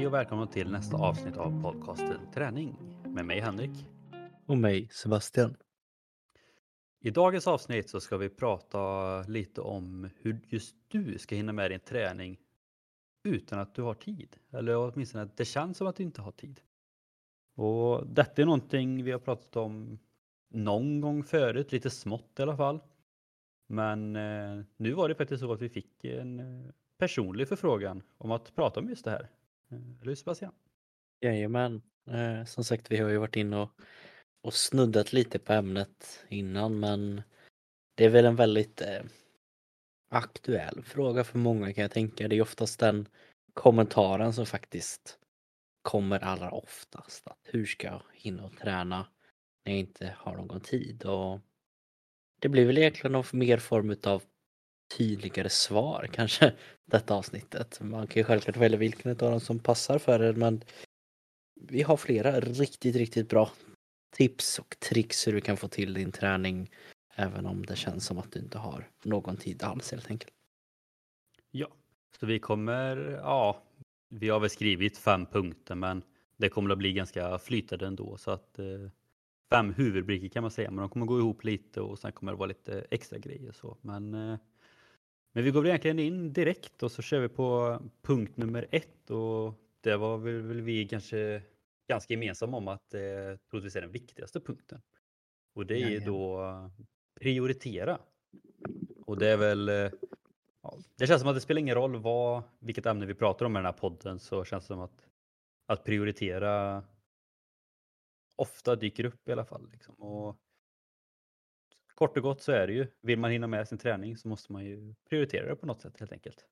Hej och välkomna till nästa avsnitt av podcasten Träning med mig Henrik. Och mig, Sebastian. I dagens avsnitt så ska vi prata lite om hur just du ska hinna med din träning utan att du har tid. Eller åtminstone att det känns som att du inte har tid. Och detta är någonting vi har pratat om någon gång förut, lite smått i alla fall. Men nu var det faktiskt så att vi fick en personlig förfrågan om att prata om just det här. Eller hur, Sebastian? Jajamän. Som sagt, vi har ju varit inne och snuddat lite på ämnet innan, men det är väl en väldigt aktuell fråga för många, kan jag tänka. Det är oftast den kommentaren som faktiskt kommer allra oftast. Att hur ska jag hinna och träna när jag inte har någon tid? Och det blir väl egentligen någon mer form av tydligare svar kanske detta avsnittet. Man kan ju självklart välja vilken av dem som passar för er, men vi har flera riktigt bra tips och tricks hur du kan få till din träning även om det känns som att du inte har någon tid alls helt enkelt. Ja, så vi vi har väl skrivit 5 punkter men det kommer att bli ganska flytande ändå så att 5 huvudbrickor kan man säga, men de kommer gå ihop lite och sen kommer det vara lite extra grejer så. Men vi går väl egentligen in direkt och så kör vi på punkt nummer 1 och det var väl vi kanske ganska gemensamma om att troligtvis är den viktigaste punkten. Och det är ju då prioritera. Och det är väl ja, det känns som att det spelar ingen roll vilket ämne vi pratar om i den här podden, så känns det som att prioritera ofta dyker upp i alla fall. Liksom. Och kort och gott så är det ju, vill man hinna med sin träning så måste man ju prioritera det på något sätt helt enkelt.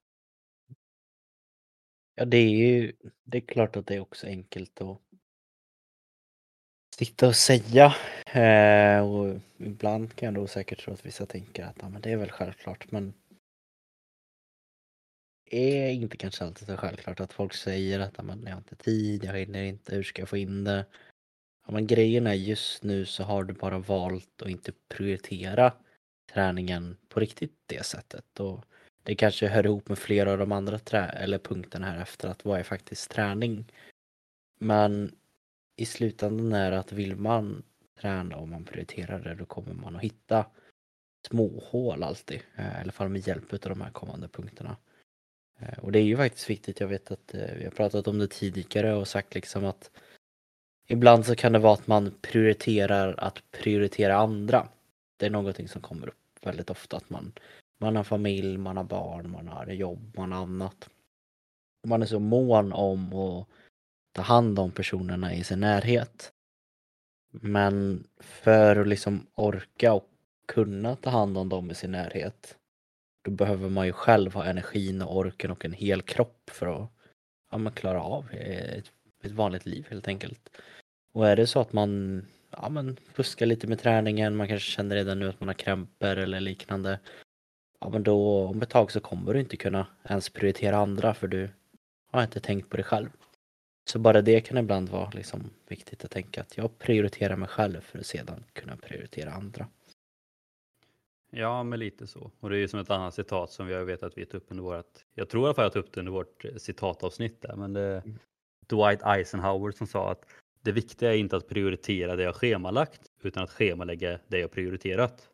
Ja, det är klart att det är också enkelt att sitta och säga. Och ibland kan jag då säkert tro att vissa tänker att ja, men det är väl självklart, men det är inte kanske alltid så självklart att folk säger att ja, men jag har inte tid, jag hinner inte, hur ska jag få in det? Ja, men grejen är just nu så har du bara valt att inte prioritera träningen på riktigt det sättet. Och det kanske hör ihop med flera av de andra eller punkterna här efter att vad är faktiskt träning. Men i slutändan är det att vill man träna och man prioriterar det, då kommer man att hitta små hål alltid. I alla fall med hjälp av de här kommande punkterna. Och det är ju faktiskt viktigt, jag vet att vi har pratat om det tidigare och sagt liksom att ibland så kan det vara att man prioriterar att prioritera andra. Det är någonting som kommer upp väldigt ofta, att man har familj, man har barn, man har jobb, man har annat. Man är så mån om att ta hand om personerna i sin närhet. Men för att liksom orka och kunna ta hand om dem i sin närhet, då behöver man ju själv ha energin och orken och en hel kropp för att klara av ett vanligt liv helt enkelt. Och är det så att man fuskar lite med träningen, man kanske känner redan nu att man har krämpor eller liknande, ja men då om ett tag så kommer du inte kunna ens prioritera andra för du har inte tänkt på det själv. Så bara det kan ibland vara liksom viktigt att tänka att jag prioriterar mig själv för att sedan kunna prioritera andra. Ja, men lite så. Och det är ju som ett annat citat som jag vet att vi tog upp under jag tror i alla fall jag tog upp det under vårt citatavsnitt där, men det är Dwight Eisenhower som sa att det viktiga är inte att prioritera det jag schemalagt utan att schemalägga det jag prioriterat.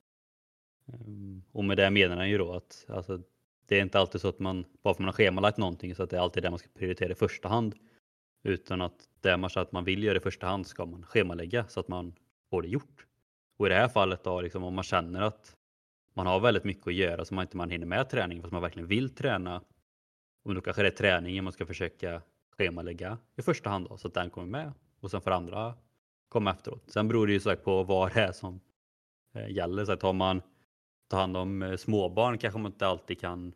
Och med det menar han ju då att alltså, det är inte alltid så att bara för att man har schemalagt någonting så att det är alltid det man ska prioritera i första hand. Utan att det man så att man vill göra i första hand ska man schemalägga så att man får det gjort. Och i det här fallet då, liksom, om man känner att man har väldigt mycket att göra så man inte hinner med träning fast man verkligen vill träna. Och då kanske det är träningen man ska försöka schemalägga i första hand då, så att den kommer med. Och sen för andra komma efteråt. Sen beror det ju så på vad det är som gäller. Så att tar man hand om småbarn kanske man inte alltid kan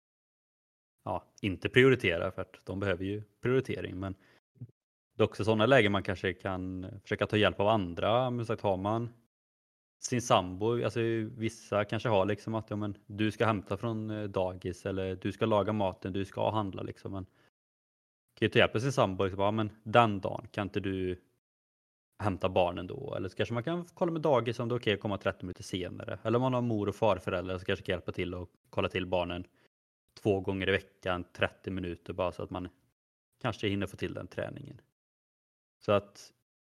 inte prioritera för att de behöver ju prioritering. Men det är också sådana lägen man kanske kan försöka ta hjälp av andra. Men sagt, har man sin sambo, alltså vissa kanske har liksom att du ska hämta från dagis eller du ska laga maten, du ska handla liksom. Men kan ju ta hjälp av sin sambo liksom, men den dagen kan inte du hämta barnen då? Eller så kanske man kan kolla med dagis om det är okej att komma 30 minuter senare. Eller om man har mor och farföräldrar så kanske kan hjälpa till och kolla till barnen 2 gånger i veckan 30 minuter bara så att man kanske hinner få till den träningen. Så att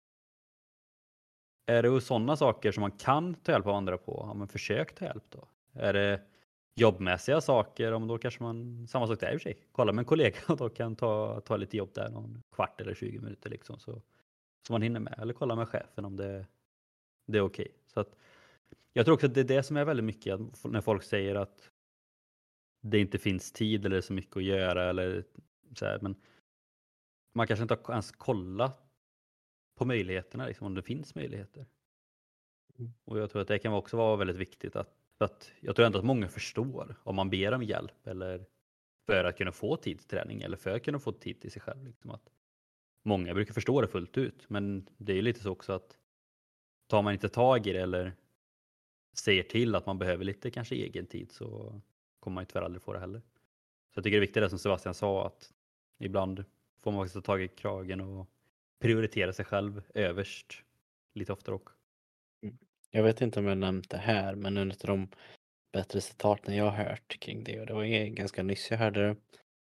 är det sådana saker som man kan ta hjälp av andra på, ja, men försök ta hjälp då. Är det jobbmässiga saker, om då kanske man, samma sak där i och för sig, kolla med en kollega och då kan ta lite jobb där någon kvart eller 20 minuter liksom så man hinner med. Eller kolla med chefen om det är okej. Så att jag tror också att det är det som är väldigt mycket när folk säger att det inte finns tid eller så mycket att göra eller så här, men man kanske inte har ens kollat på möjligheterna, liksom, om det finns möjligheter. Och jag tror att det kan också vara väldigt viktigt att jag tror ändå att många förstår om man ber om hjälp eller för att kunna få tid till träning eller för att kunna få tid till sig själv. Liksom att många brukar förstå det fullt ut, men det är ju lite så också att tar man inte tag i det eller säger till att man behöver lite kanske egen tid så kommer man ju tyvärr aldrig få det heller. Så jag tycker det är viktigt det som Sebastian sa, att ibland får man faktiskt ta tag i kragen och prioritera sig själv överst lite oftare också. Jag vet inte om jag nämnt det här, men en av de bättre citaten jag har hört kring det, och det var ganska nyss jag hörde det.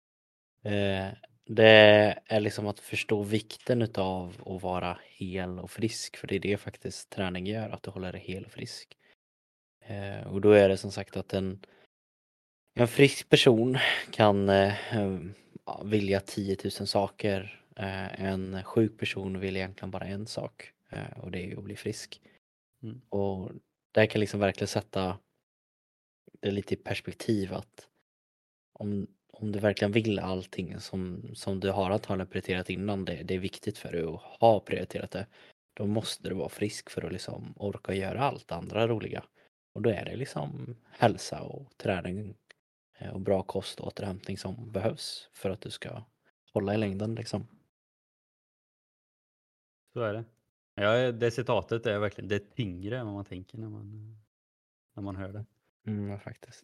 Det är liksom att förstå vikten utav att vara hel och frisk, för det är det faktiskt träning gör, att du håller dig hel och frisk. Och då är det som sagt att en frisk person kan vilja 10 000 saker. En sjuk person vill egentligen bara en sak, och det är att bli frisk. Och det kan liksom verkligen sätta det lite i perspektiv, att om du verkligen vill allting som du har antagligen prioriterat innan, det är viktigt för dig att ha prioriterat det, då måste du vara frisk för att liksom orka göra allt andra roliga. Och då är det liksom hälsa och träning och bra kost och återhämtning som behövs för att du ska hålla i längden liksom. Så är det. Ja, det citatet är verkligen, det är tyngre än vad man tänker när man hör det. Ja, faktiskt.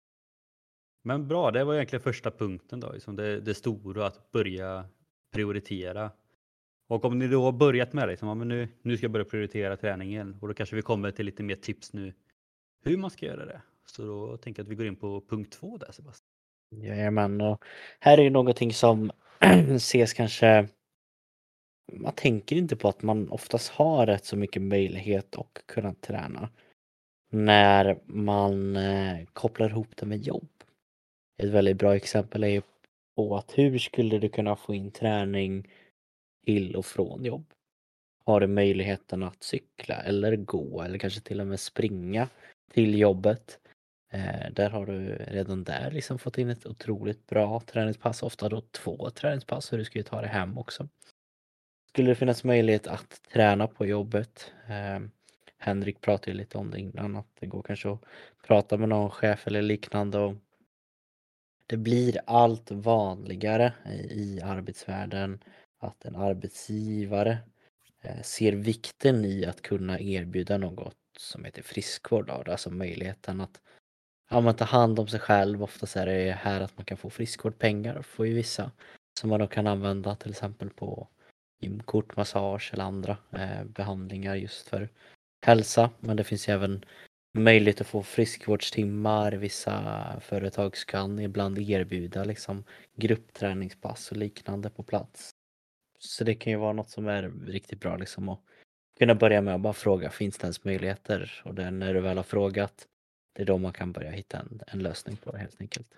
Men bra, det var egentligen första punkten då, liksom det stora, att börja prioritera. Och om ni då har börjat med det, liksom, ja, men nu ska jag börja prioritera träningen, och då kanske vi kommer till lite mer tips nu hur man ska göra det. Så då tänker jag att vi går in på punkt 2 där, Sebastian. Jajamän, och här är ju någonting som ses kanske, man tänker inte på att man oftast har rätt så mycket möjlighet att kunna träna när man kopplar ihop det med jobb. Ett väldigt bra exempel är ju på att hur skulle du kunna få in träning till och från jobb? Har du möjligheten att cykla eller gå eller kanske till och med springa till jobbet? Där har du redan där liksom fått in ett otroligt bra träningspass, ofta då 2 träningspass, så du ska ju ta det hem också. Skulle det finnas möjlighet att träna på jobbet? Henrik pratade ju lite om det innan, att det går kanske att prata med någon chef eller liknande, och det blir allt vanligare i arbetsvärlden att en arbetsgivare ser vikten i att kunna erbjuda något som heter friskvård, alltså möjligheten att ta hand om sig själv. Oftast är det här att man kan få friskvårdpengar, får ju vissa, som man då kan använda till exempel på gymkort, massage eller andra behandlingar just för hälsa. Men det finns ju även möjlighet att få friskvårdstimmar. Vissa företag kan ibland erbjuda liksom gruppträningspass och liknande på plats. Så det kan ju vara något som är riktigt bra liksom, att kunna börja med att bara fråga, finns det ens möjligheter? Och det, när du väl har frågat, det är då man kan börja hitta en lösning på det helt enkelt.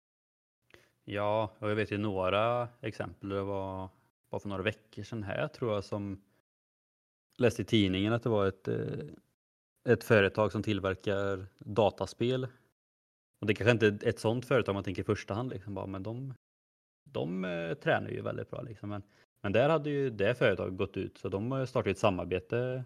Ja, och jag vet ju några exempel. Det var bara för några veckor sedan här, tror jag, som läste i tidningen att det var ett företag som tillverkar dataspel. Och det kanske inte är ett sånt företag man tänker i första hand, liksom, bara, men de tränar ju väldigt bra. Liksom. Men där hade ju det företaget gått ut, så de startade ett samarbete,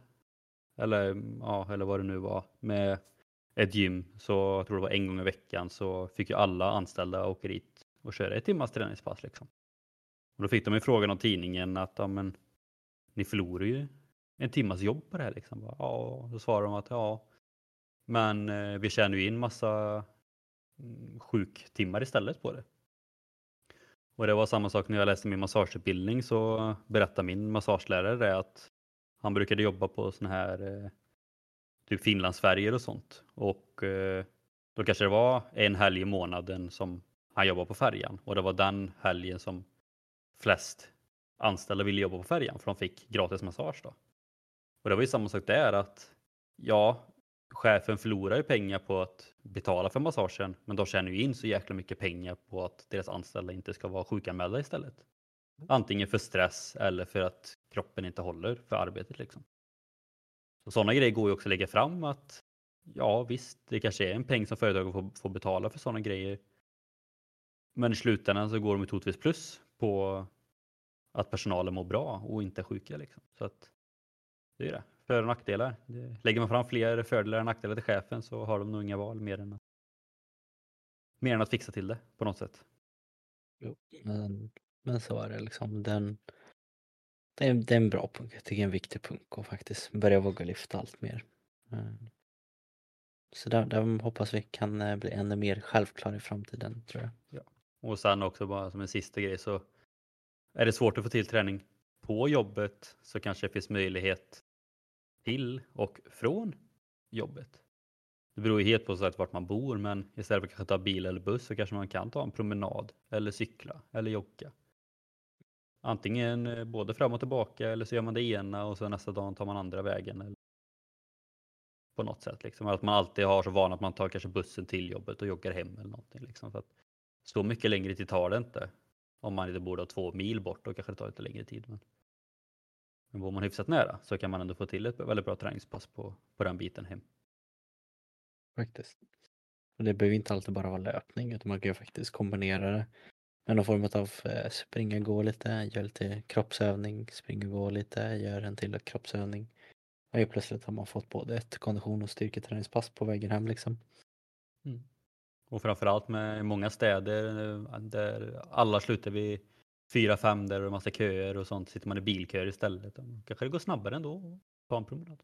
eller vad det nu var, med ett gym. Så jag tror det var en gång i veckan så fick ju alla anställda åka dit och köra 1 timmas träningspass. Liksom. Och då fick de ju frågan av tidningen att ja, men, ni förlorar ju 1 timmas jobb på det här. Liksom. Ja, då svarade de att ja, men vi tjänar ju in massa sjuktimmar istället på det. Och det var samma sak när jag läste min massageutbildning, så berättade min massagelärare det, att han brukade jobba på sån här typ Finlandsfärjor och sånt. Och då kanske det var en helg i månaden som han jobbade på färjan. Och det var den helgen som flest anställda ville jobba på färjan för de fick gratis massage då. Och det var ju samma sak där att ja, chefen förlorar ju pengar på att betala för massagen, men de tjänar ju in så jäkla mycket pengar på att deras anställda inte ska vara sjukanmälda istället. Antingen för stress eller för att kroppen inte håller för arbetet liksom. Så sådana grejer går ju också att lägga fram att ja visst, det kanske är en peng som företaget får betala för sådana grejer. Men i slutändan så går de troligtvis plus på att personalen mår bra och inte är sjuka liksom. Så att det är det. För- och nackdelar. Lägger man fram fler fördelar än nackdelar till chefen så har de nog inga val mer än att fixa till det på något sätt. Jo, men så är det liksom. Det är en bra punkt. Jag tycker det är en viktig punkt att faktiskt börja våga lyfta allt mer. Så där hoppas vi kan bli ännu mer självklar i framtiden, tror jag. Ja. Och sen också bara som en sista grej så är det svårt att få till träning på jobbet så kanske det finns möjlighet till och från jobbet. Det beror ju helt på så att vart man bor, men istället för att kanske ta bil eller buss så kanske man kan ta en promenad eller cykla eller jogga. Antingen både fram och tillbaka eller så gör man det ena och så nästa dag tar man andra vägen. Eller på något sätt liksom. Att man alltid har så vana att man tar kanske bussen till jobbet och joggar hem eller någonting. Liksom. Så mycket längre tid tar det inte. Om man inte bor då 2 mil bort då kanske det tar lite längre tid. Men bor man hyfsat nära så kan man ändå få till ett väldigt bra träningspass på den biten hem. Faktiskt. Och det behöver inte alltid bara vara löpning, utan man kan ju faktiskt kombinera det med någon form av springa, gå lite, gör lite kroppsövning, springa, gå lite, gör en till kroppsövning. Och helt plötsligt har man fått både ett kondition och styrketräningspass på vägen hem liksom. Mm. Och framförallt med många städer där alla slutar vid 4-5 där det är massa köer och sånt. Sitter man i bilköer istället. Då kanske det går snabbare ändå att ta en promenad.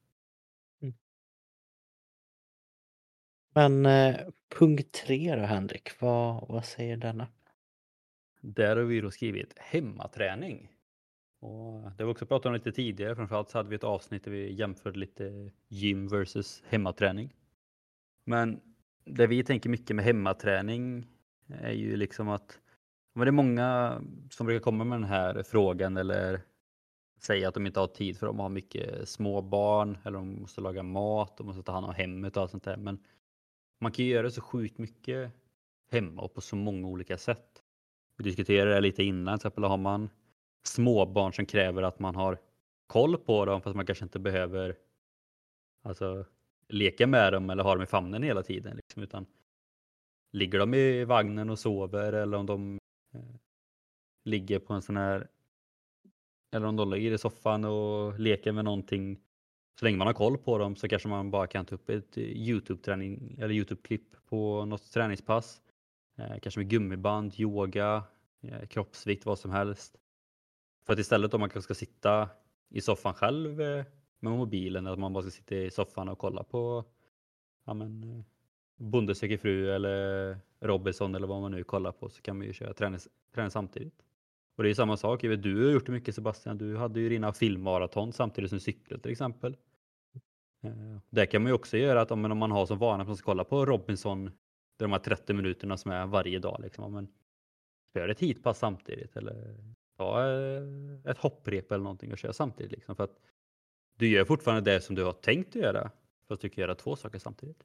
Men punkt 3 då, Henrik, vad säger denna? Där har vi då skrivit hemmaträning. Och det har vi också pratat om lite tidigare. Framförallt så hade vi ett avsnitt där vi jämförde lite gym versus hemmaträning. Men det vi tänker mycket med hemmaträning är ju liksom att men det är många som brukar komma med den här frågan eller säga att de inte har tid för de har mycket små barn eller de måste laga mat, de måste ta hand om hemmet och allt sånt där. Men man kan ju göra så sjukt mycket hemma och på så många olika sätt. Vi diskuterade det lite innan, till exempel har man småbarn som kräver att man har koll på dem fast man kanske inte behöver alltså, leka med dem eller ha dem i famnen hela tiden. Liksom, utan ligger de i vagnen och sover eller om de ligger på en sån här eller om de ligger i soffan och leker med någonting. Så länge man har koll på dem så kanske man bara kan ta upp ett YouTube-träning eller YouTube-klipp på något träningspass. Kanske med gummiband, yoga, kroppsvikt, vad som helst. För att istället om man kanske ska sitta i soffan själv med mobilen eller att man bara ska sitta i soffan och kolla på ja, men, Bonde söker fru eller Robinson eller vad man nu kollar på så kan man ju köra träning samtidigt. Och det är samma sak, jag vet, du har gjort det mycket Sebastian, du hade ju dina filmmaraton samtidigt som cyklar till exempel. Där kan man ju också göra att om man har som vana att man ska kolla på Robinson de här 30 minuterna som är varje dag liksom, men gör ett heatpass samtidigt eller ta ett hopprep eller någonting och köra samtidigt liksom, för att du gör fortfarande det som du har tänkt att göra fast du kan göra 2 saker samtidigt.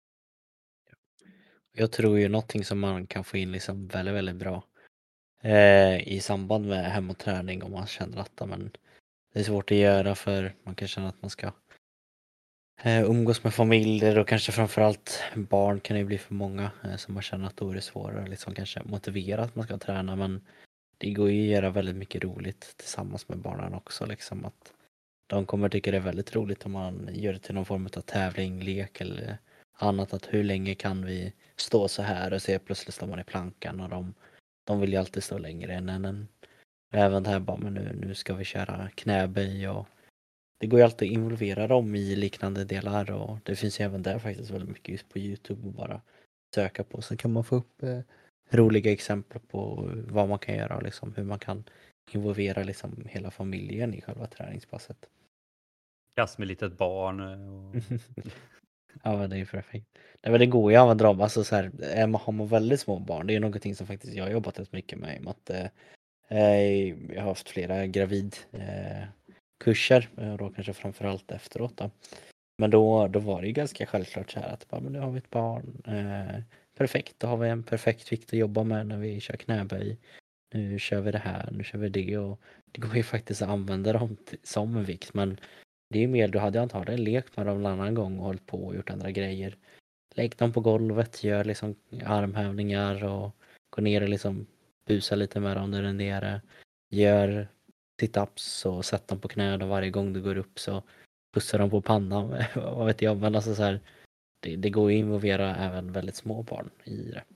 Jag tror ju någonting som man kan få in liksom väldigt, väldigt bra i samband med hemoträning om man känner att men, det är svårt att göra för man kan känna att man ska umgås med familjer och kanske framförallt barn kan ju bli för många så man känner att då är det svårare liksom kanske motivera att man ska träna men det går ju att göra väldigt mycket roligt tillsammans med barnen också liksom att de kommer tycka det är väldigt roligt om man gör det till någon form av tävling, lek eller annat att hur länge kan vi stå så här och se plötsligt står man i plankan och de vill ju alltid stå längre än en. Även det här bara men nu ska vi köra knäböj och det går ju alltid att involvera dem i liknande delar och det finns ju även där faktiskt väldigt mycket just på YouTube och bara söka på. Så kan man få upp roliga exempel på vad man kan göra och liksom hur man kan involvera liksom hela familjen i själva träningspasset. Kast med litet barn. Och... Ja men det är ju perfekt. Nej, men det går ju att använda dem, alltså så här, har man väldigt små barn, det är någonting som faktiskt jag har jobbat rätt mycket med i och med att Jag har haft flera kurser, då kanske framförallt efteråt då. Men då var det ju ganska självklart så här att bara, men nu har vi ett barn. Perfekt, då har vi en perfekt vikt att jobba med när vi kör knäböj. Nu kör vi det här, nu kör vi det, och det går ju faktiskt att använda dem som en vikt, men det är ju mer, du hade antagligen lekt med dem en annan gång och hållit på och gjort andra grejer. Lägg dem på golvet, gör liksom armhävningar och gå ner och liksom busa lite med dem där nere. Gör sit-ups och sätt dem på knä, och varje gång du går upp så pussar dem på pannan. Vad vet jag, men alltså så här, det går ju att involvera även väldigt små barn i det.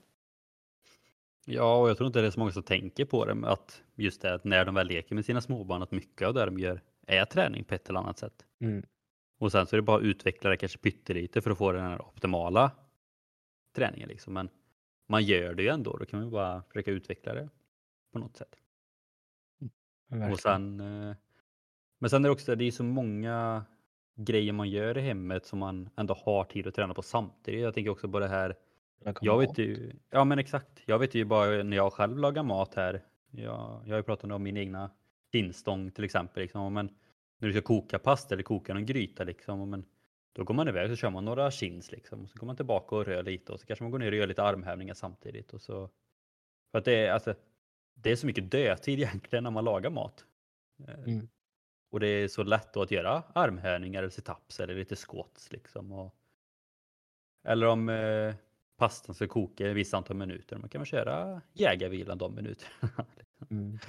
Ja, och jag tror inte det är så många som tänker på det, med att just det att när de väl leker med sina småbarn, att mycket av det de gör är träning på ett eller annat sätt. Mm. Och sen så är det bara att utveckla det kanske pyttelite för att få den här optimala träningen liksom. Men man gör det ju ändå, då kan man ju bara försöka utveckla det på något sätt. Verkligen. Och sen, men sen är det också, det är så många grejer man gör i hemmet som man ändå har tid att träna på samtidigt. Jag tänker också på det här. Jag vet ju, ja men exakt. Jag vet ju bara när jag själv lagar mat här. Jag har ju pratat om min egna skinstång till exempel. Liksom. Men när du ska koka pasta eller koka någon gryta liksom. Men då går man iväg och så kör man några chins liksom. Och så går man tillbaka och rör lite. Och så kanske man går ner och gör lite armhävningar samtidigt. Och så, för att det är så mycket dödtid egentligen när man lagar mat. Mm. Och det är så lätt då att göra armhävningar eller sit-ups eller lite squats liksom. Eller om pastan ska koka i ett visst antal minuter. Man kan köra jägarvilan de minuterna. Mm.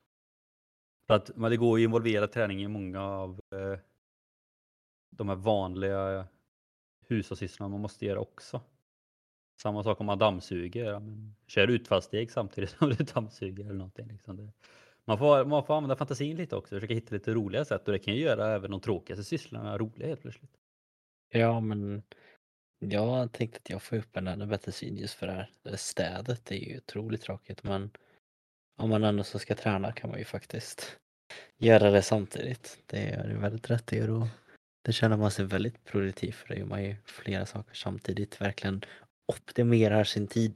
Så att, men det går ju att involvera träning i många av de här vanliga hushållssysslorna man måste göra också. Samma sak om man dammsuger. Ja, men kör utfallssteg samtidigt som du dammsuger eller någonting. Liksom. Man får använda fantasin lite också. Försöka hitta lite roliga sätt. Och det kan ju göra även de tråkigaste sysslorna roliga helt plötsligt. Ja, men jag tänkte att jag får upp en ännu bättre syn just för det här. Det städet är ju otroligt tråkigt, men om man ändå så ska träna kan man ju faktiskt göra det samtidigt. Det är väldigt rätt i, och det känner man sig väldigt produktiv, för det gör man ju flera saker samtidigt, verkligen optimerar sin tid.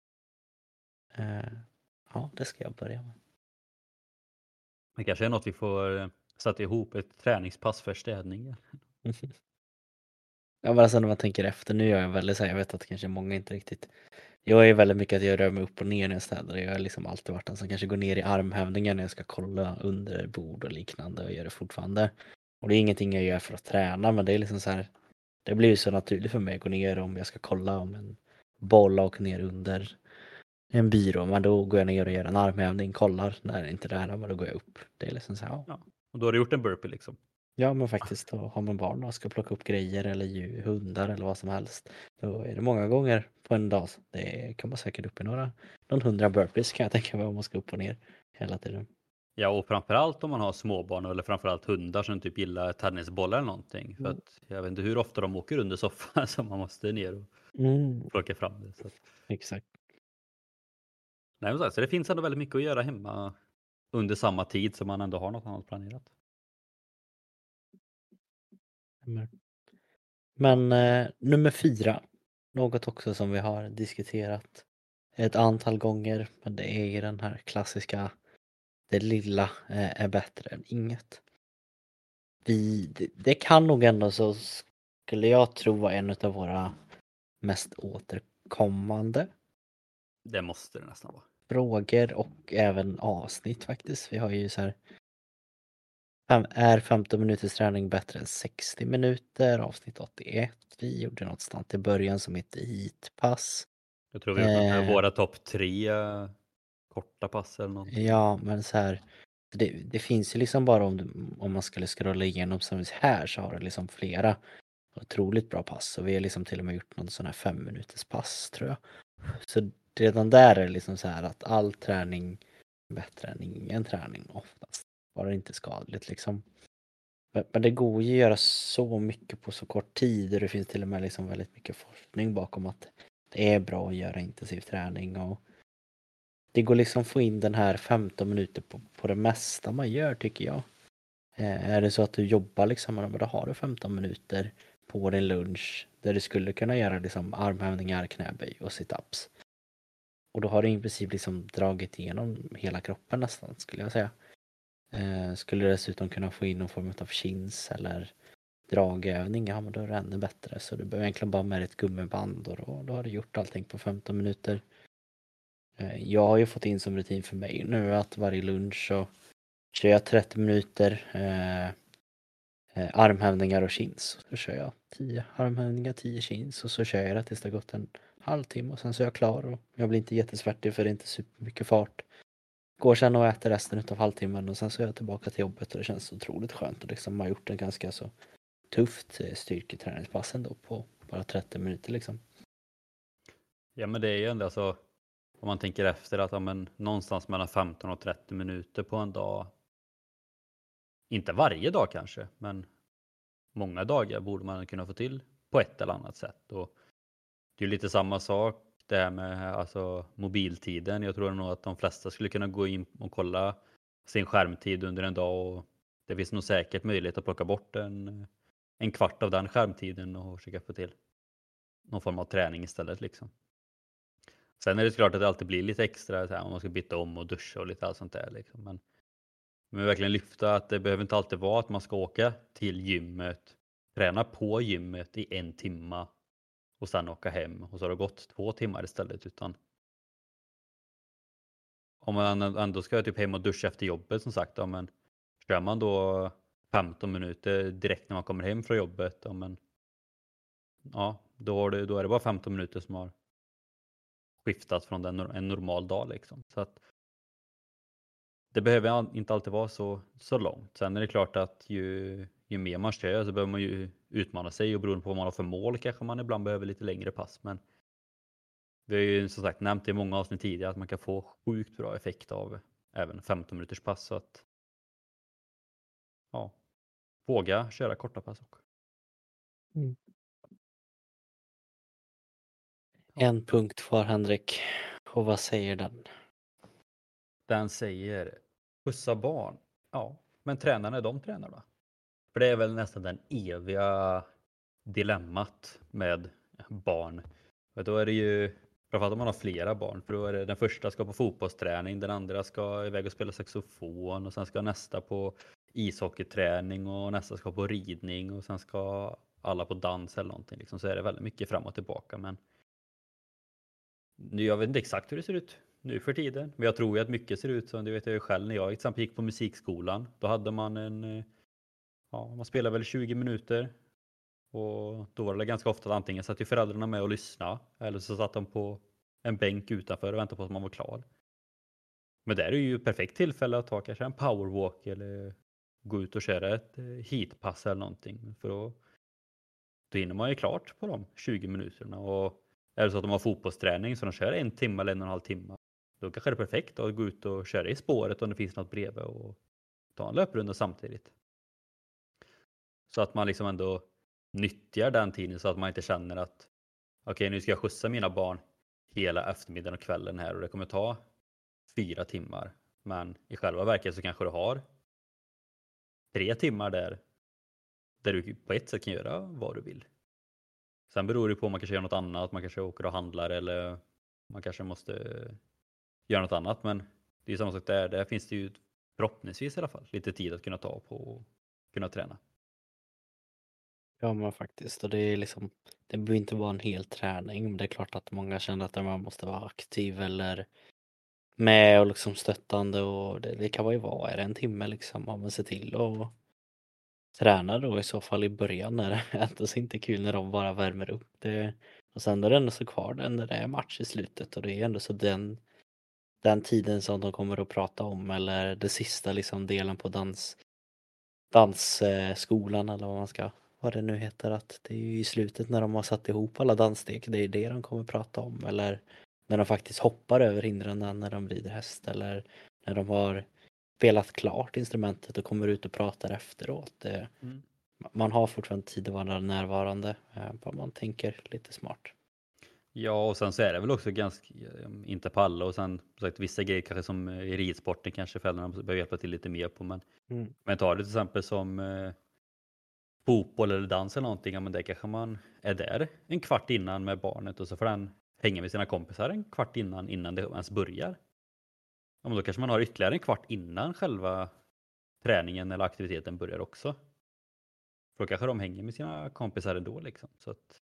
Ja, det ska jag börja med. Det kanske är något vi får sätta ihop, ett träningspass för städning. Ja, men alltså när man tänker efter, nu gör jag väldigt så här, jag vet att kanske många inte riktigt, jag är väldigt mycket att jag rör mig upp och ner när jag städar. Jag har liksom alltid varit den som kanske går ner i armhävningar när jag ska kolla under bord och liknande, och gör det fortfarande. Och det är ingenting jag gör för att träna, men det är liksom så här, det blir ju så naturligt för mig att gå ner om jag ska kolla om en boll och ner under en byrå, men då går jag ner och gör en armhävning, kollar, när det inte är där, men då går jag upp. Det är liksom så här, Ja. Och då har du gjort en burpee liksom. ja, men faktiskt, då har man barn och ska plocka upp grejer eller hundar eller vad som helst. Då är det många gånger på en dag. Det kan man säkert upp i någon 100 burpees kan jag tänka mig, om man ska upp och ner hela tiden. Ja, och framförallt om man har småbarn eller framförallt hundar som typ gillar tennisbollar eller någonting. För att jag vet inte hur ofta de åker under soffan så man måste ner och plocka fram det. Så. Exakt. Nej, men så det finns ändå väldigt mycket att göra hemma under samma tid som man ändå har något annat planerat. Men nummer 4, något också som vi har diskuterat ett antal gånger, men det är ju den här klassiska, det lilla är bättre än inget. Det kan nog ändå, så skulle jag tro, vara en av våra mest återkommande Det måste det nästan vara. frågor och även avsnitt faktiskt. Vi har ju så här, är 15 minuters träning bättre än 60 minuter? Avsnitt 81. Vi gjorde något sånt i början som heter heatpass. Jag tror vi har gjort med våra topp 3 korta pass eller någonting. Ja, men så här, det finns ju liksom bara om man skulle scrolla igenom som här, så har det liksom flera otroligt bra pass, och vi har liksom till och med gjort någon sån här 5 minuters pass tror jag. Så redan där är det liksom så här att all träning är bättre än ingen träning oftast. Bara inte skadligt liksom. Men det går ju att göra så mycket på så kort tid, och det finns till och med liksom väldigt mycket forskning bakom att det är bra att göra intensiv träning, och det går liksom få in den här 15 minuter på det mesta man gör, tycker jag. Är det så att du jobbar liksom, då har du 15 minuter på din lunch där du skulle kunna göra liksom armhävningar, knäböj och sit-ups. Och då har du i princip liksom dragit igenom hela kroppen nästan, skulle jag säga. Skulle dessutom kunna få in någon form av chins eller dragövning, ja men då är det ännu bättre. Så du behöver egentligen bara med ett gummiband och då har du gjort allting på 15 minuter. Jag har ju fått in som rutin för mig nu att varje lunch så kör jag 30 minuter armhävningar och chins. Så kör jag 10 armhävningar, 10 chins och så kör jag det tills det har gått en halvtimme och sen så är jag klar och jag blir inte jättesvärtig för det är inte supermycket fart. Går sen och äter resten av halvtimmen och sen så är jag tillbaka till jobbet och det känns otroligt skönt och liksom har gjort en ganska så tufft styrketräningspass ändå på bara 30 minuter liksom. Ja, men det är ju ändå så om man tänker efter att någonstans mellan 15 och 30 minuter på en dag. Inte varje dag kanske, men många dagar borde man kunna få till på ett eller annat sätt. Och det är ju lite samma sak det här med alltså, mobiltiden. Jag tror nog att de flesta skulle kunna gå in och kolla sin skärmtid under en dag och det finns nog säkert möjlighet att plocka bort en kvart av den skärmtiden och försöka få till någon form av träning istället liksom. Sen är det klart att det alltid blir lite extra så här, om man ska byta om och duscha och lite allt sånt där liksom. Men verkligen lyfta att det behöver inte alltid vara att man ska åka till gymmet, träna på gymmet i 1 timme och sen åka hem och så har det gått 2 timmar istället, utan om man ändå ska typ hem och duscha efter jobbet som sagt, ja, men kör man då 15 minuter direkt när man kommer hem från jobbet, ja, men ja, då är det bara 15 minuter som har skiftat från en normal dag liksom. Så att det behöver inte alltid vara så långt. Sen är det klart att ju mer man kör så behöver man ju utmana sig och beroende på vad man har för mål kanske man ibland behöver lite längre pass. Men vi har ju som sagt nämnt i många avsnitt tidigare att man kan få sjukt bra effekt av även 15 minuters pass. Så att ja, våga köra korta pass också. Mm. En punkt kvar Henrik. Och vad säger den? Den säger skjutsa barn. Ja, men tränarna de tränar då? För det är väl nästan den eviga dilemmat med barn. Och då är det ju, framförallt om man har flera barn, för då är det den första ska på fotbollsträning, den andra ska iväg och spela saxofon och sen ska nästa på ishockeyträning och nästa ska på ridning och sen ska alla på dans eller någonting. Liksom. Så är det väldigt mycket fram och tillbaka. Men jag vet inte exakt hur det ser ut nu för tiden. Men jag tror ju att mycket ser ut som, det vet jag ju själv, när jag till exempel gick på musikskolan. Då hade man man spelade väl 20 minuter. Och då var det ganska ofta att antingen satt ju föräldrarna med och lyssnade eller så satt de på en bänk utanför och väntade på att man var klar. Men det är ju ett perfekt tillfälle att ta kanske en powerwalk eller gå ut och köra ett heatpass eller någonting. För då hinner man ju klart på de 20 minuterna. Och är det så att de har fotbollsträning så de kör 1 timme eller 1,5 timme. Då kanske det är perfekt att gå ut och köra i spåret om det finns något bredvid och ta en löprunda samtidigt. Så att man liksom ändå nyttjar den tiden så att man inte känner att okej, nu ska jag skjutsa mina barn hela eftermiddagen och kvällen här och det kommer ta 4 timmar. Men i själva verket så kanske du har 3 timmar där du på ett sätt kan göra vad du vill. Sen beror det på om man kanske gör något annat, man kanske åker och handlar eller man kanske måste göra något annat. Men det är ju samma sak där finns det ju förhoppningsvis i alla fall lite tid att kunna ta på och kunna träna. Ja men faktiskt, och det är liksom, det behöver inte vara en hel träning, men det är klart att många känner att man måste vara aktiv eller med och liksom stöttande och det kan vara ju vara, är det en timme liksom, om man ser till och träna då i så fall i början när det ändå så inte kul när de bara värmer upp det. Och sen är det ändå så kvar den när det är match i slutet och det är ändå så den tiden som de kommer att prata om eller det sista liksom delen på dansskolan eller vad det nu heter, att det är ju i slutet när de har satt ihop alla danssteg, det är det de kommer att prata om, eller när de faktiskt hoppar över hindren när de rider häst eller när de har spelat klart instrumentet och kommer ut och pratar efteråt. Man har fortfarande tid att vara närvarande, bara man tänker lite smart. Ja, och sen så är det väl också ganska, inte på alla, och sen sagt, vissa grejer kanske som i ridsporten kanske föräldrarna behöver hjälpa till lite mer på. Men tar det till exempel som fotboll eller dans eller någonting, ja, men det kanske man är där en kvart innan med barnet och så får den hänga med sina kompisar en kvart innan det ens börjar. Ja, men då kanske man har ytterligare en kvart innan själva träningen eller aktiviteten börjar också. För då kanske de hänger med sina kompisar ändå liksom. Så att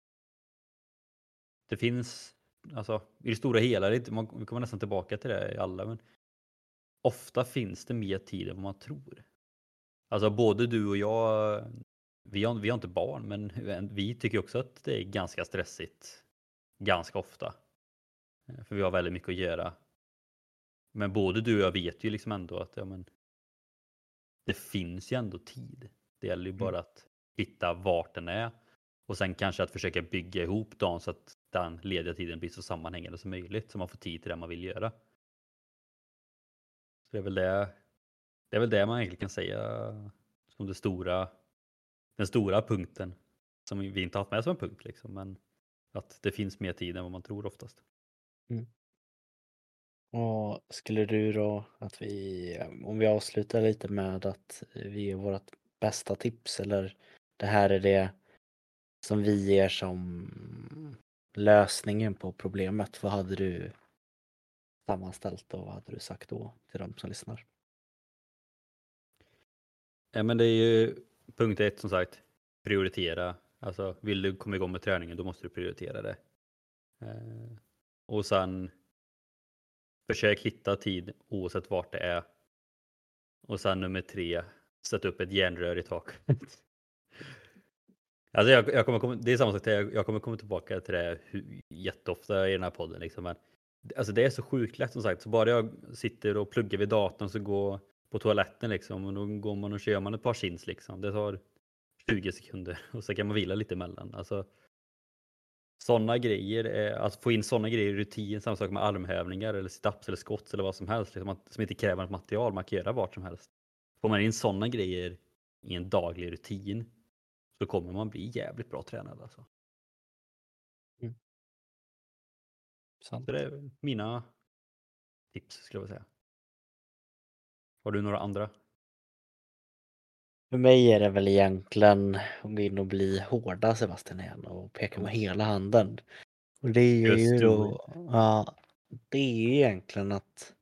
det finns, alltså i det stora hela, vi kommer nästan tillbaka till det i alla, men ofta finns det mer tid än vad man tror. Alltså både du och jag, vi har inte barn, men vi tycker också att det är ganska stressigt ganska ofta. För vi har väldigt mycket att göra. Men både du och jag vet ju liksom ändå att ja, men det finns ju ändå tid. Det gäller ju bara att hitta vart den är. Och sen kanske att försöka bygga ihop dagen så att den lediga tiden blir så sammanhängande som möjligt. Så man får tid till det man vill göra. Så det är väl det man egentligen kan säga som den stora punkten. Som vi inte har haft med som en punkt liksom. Men att det finns mer tid än vad man tror oftast. Mm. Och skulle du då att om vi avslutar lite med att vi ger vårt bästa tips, eller det här är det som vi ger som lösningen på problemet, vad hade du sammanställt och vad hade du sagt då till de som lyssnar? Ja, men det är ju punkt 1 som sagt, prioritera. Alltså vill du komma igång med träningen då måste du prioritera det. Och sen försök hitta tid oavsett vart det är. Och sen nummer 3, sätt upp ett järnrör i taket. Alltså det är samma sak, jag kommer komma tillbaka till det jätteofta i den här podden. Liksom. Men, alltså det är så sjukt lätt som sagt. Så bara jag sitter och pluggar vid datorn så går på toaletten liksom. Och då går man och kör man ett par chins liksom. Det tar 20 sekunder och så kan man vila lite emellan. Alltså, sådana grejer, att få in sådana grejer i rutin, samma sak med armhävningar eller sit-ups eller squats eller vad som helst. Liksom, som inte kräver något material, man kan göra vart som helst. Får man in sådana grejer i en daglig rutin så kommer man bli jävligt bra tränad alltså. Sant. Så det är mina tips skulle jag säga. Har du några andra? För mig är det väl egentligen att gå in och bli hårda Sebastian igen och peka med hela handen. Och det är Just ju do då, it. ja, det är ju egentligen att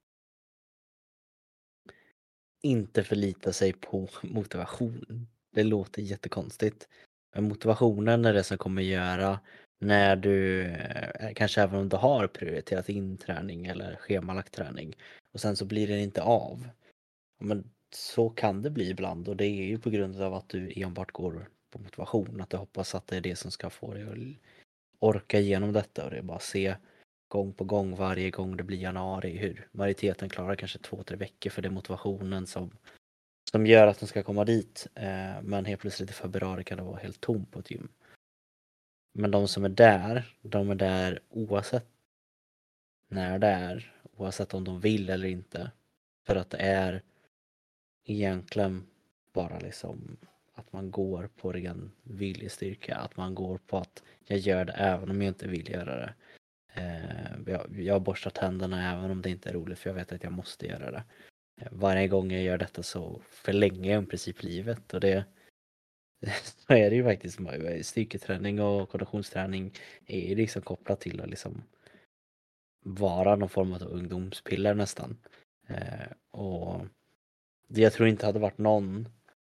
inte förlita sig på motivation. Det låter jättekonstigt. Men motivationen är det som kommer göra när du, kanske även om du har prioriterat in träning eller schemalagt träning och sen så blir det inte av. Men så kan det bli ibland och det är ju på grund av att du enbart går på motivation. Att du hoppas att det är det som ska få dig att orka igenom detta och det är bara att se gång på gång varje gång det blir januari hur majoriteten klarar kanske 2-3 veckor för det är motivationen som gör att de ska komma dit. Men helt plötsligt i februari kan det vara helt tomt på ett gym. Men de som är där, de är där oavsett när det är, oavsett om de vill eller inte. För att det är egentligen bara liksom att man går på ren viljestyrka, att man går på att jag gör det även om jag inte vill göra det. Jag borstar tänderna även om det inte är roligt för jag vet att jag måste göra det. Varje gång jag gör detta så förlänger jag i princip livet och det så är det ju faktiskt. Styrketräning och konditionsträning är ju liksom kopplat till att liksom vara någon form av ungdomspiller nästan. Och jag tror inte hade varit någon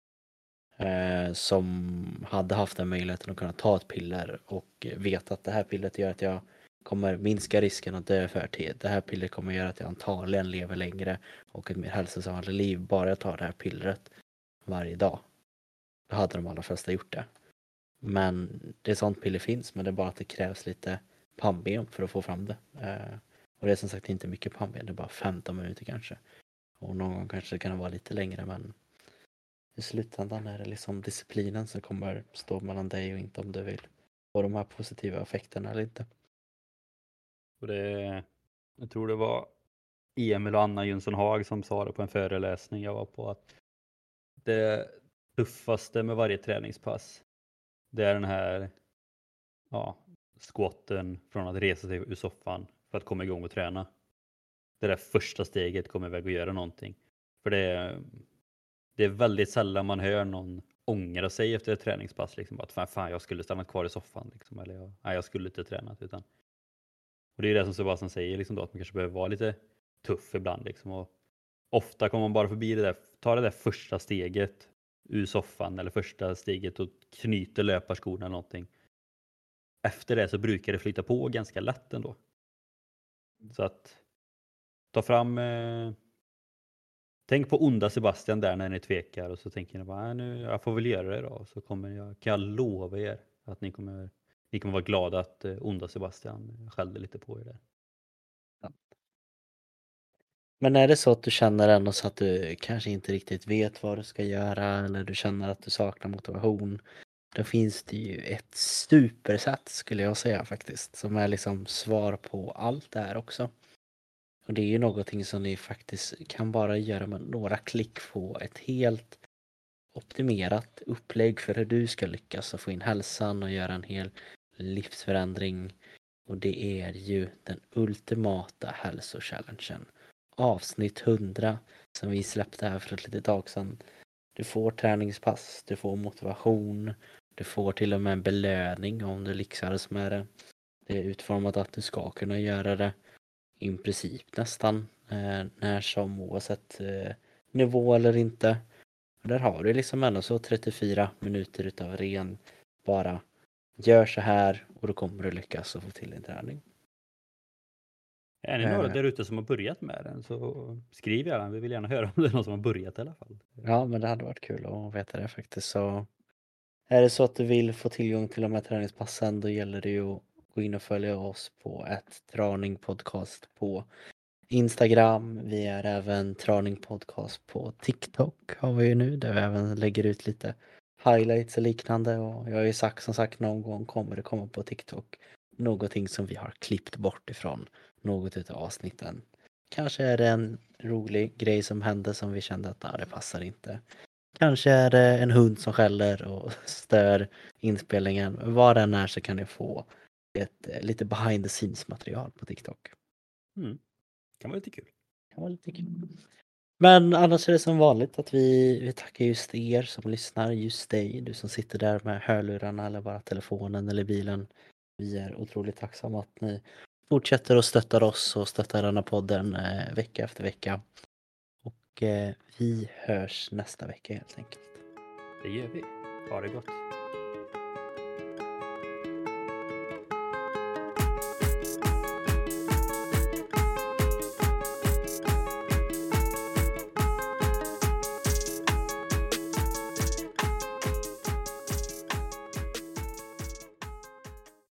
som hade haft den möjligheten att kunna ta ett piller och veta att det här pillret gör att jag kommer minska risken att dö i förtid. Det här pillret kommer göra att jag antagligen lever längre och ett mer hälsosamt liv bara jag tar det här pillret varje dag. Då hade de allra flesta gjort det. Men det är sånt piller finns, men det är bara att det krävs lite pannben för att få fram det. Och det är som sagt inte mycket pannben, det är bara 15 minuter kanske. Och någon gång kanske det kan vara lite längre, men i slutändan är det liksom disciplinen som kommer stå mellan dig och inte om du vill få de här positiva effekterna eller inte. Och jag tror det var Emil och Anna Jönsson Haag som sa det på en föreläsning jag var på, att det tuffaste med varje träningspass, det är den här squatten från att resa sig ur soffan för att komma igång och träna. Det där första steget kommer iväg att göra någonting. För det är väldigt sällan man hör någon ångra sig efter ett träningspass. Liksom, att fan jag skulle stanna kvar i soffan. Liksom, eller jag skulle inte tränat. Utan Och det är det som Sebastian säger, liksom då, att man kanske behöver vara lite tuff ibland. Liksom, och ofta kommer man bara förbi det där, ta det där första steget ur soffan eller första steget och knyter löparskorna eller någonting. Efter det så brukar det flyta på ganska lätt ändå. Så att ta fram, tänk på onda Sebastian där när ni tvekar och så tänker ni bara, nu, jag får väl göra det då. Så kommer kan jag lova er att ni kommer vara glada att onda Sebastian skällde lite på er där. Men är det så att du känner ändå så att du kanske inte riktigt vet vad du ska göra eller du känner att du saknar motivation, då finns det ju ett supersätt skulle jag säga faktiskt, som är liksom svar på allt det här också. Och det är ju någonting som ni faktiskt kan bara göra med några klick på ett helt optimerat upplägg för hur du ska lyckas och få in hälsan och göra en hel livsförändring. Och det är ju den ultimata hälsochallengen. Avsnitt 100 som vi släppte här för ett litet tag sedan. Du får träningspass, du får motivation, du får till och med en belöning om du lyckas med det. Det är utformat att du ska kunna göra det i princip nästan när som oavsett nivå eller inte. Och där har du liksom ändå så 34 minuter utav ren bara gör så här och då kommer du lyckas och få till din träning. Är ni några där ute som har börjat med den så skriv gärna, vi vill gärna höra om det är någon som har börjat i alla fall. Ja, men det hade varit kul att veta det faktiskt. Så är det så att du vill få tillgång till de här träningspassen, då gäller det ju att gå in och följa oss på @traningpodcast på Instagram. Vi är även Traning Podcast på TikTok har vi ju nu, där vi även lägger ut lite highlights och liknande. Och jag har ju sagt, som sagt, någon gång kommer det komma på TikTok någonting som vi har klippt bort ifrån något utav avsnitten. Kanske är det en rolig grej som hände som vi kände att det passar inte. Kanske är det en hund som skäller och stör inspelningen. Vad den är så kan ni få ett lite behind the scenes material på TikTok. Kan vara lite kul. Kan vara lite kul. Men annars är det som vanligt att vi tackar just er som lyssnar, just dig, du som sitter där med hörlurarna eller bara telefonen eller bilen. Vi är otroligt tacksamma att ni fortsätter och stöttar oss och stöttar den här podden vecka efter vecka. Och vi hörs nästa vecka helt enkelt. Det gör vi. Ha det gott.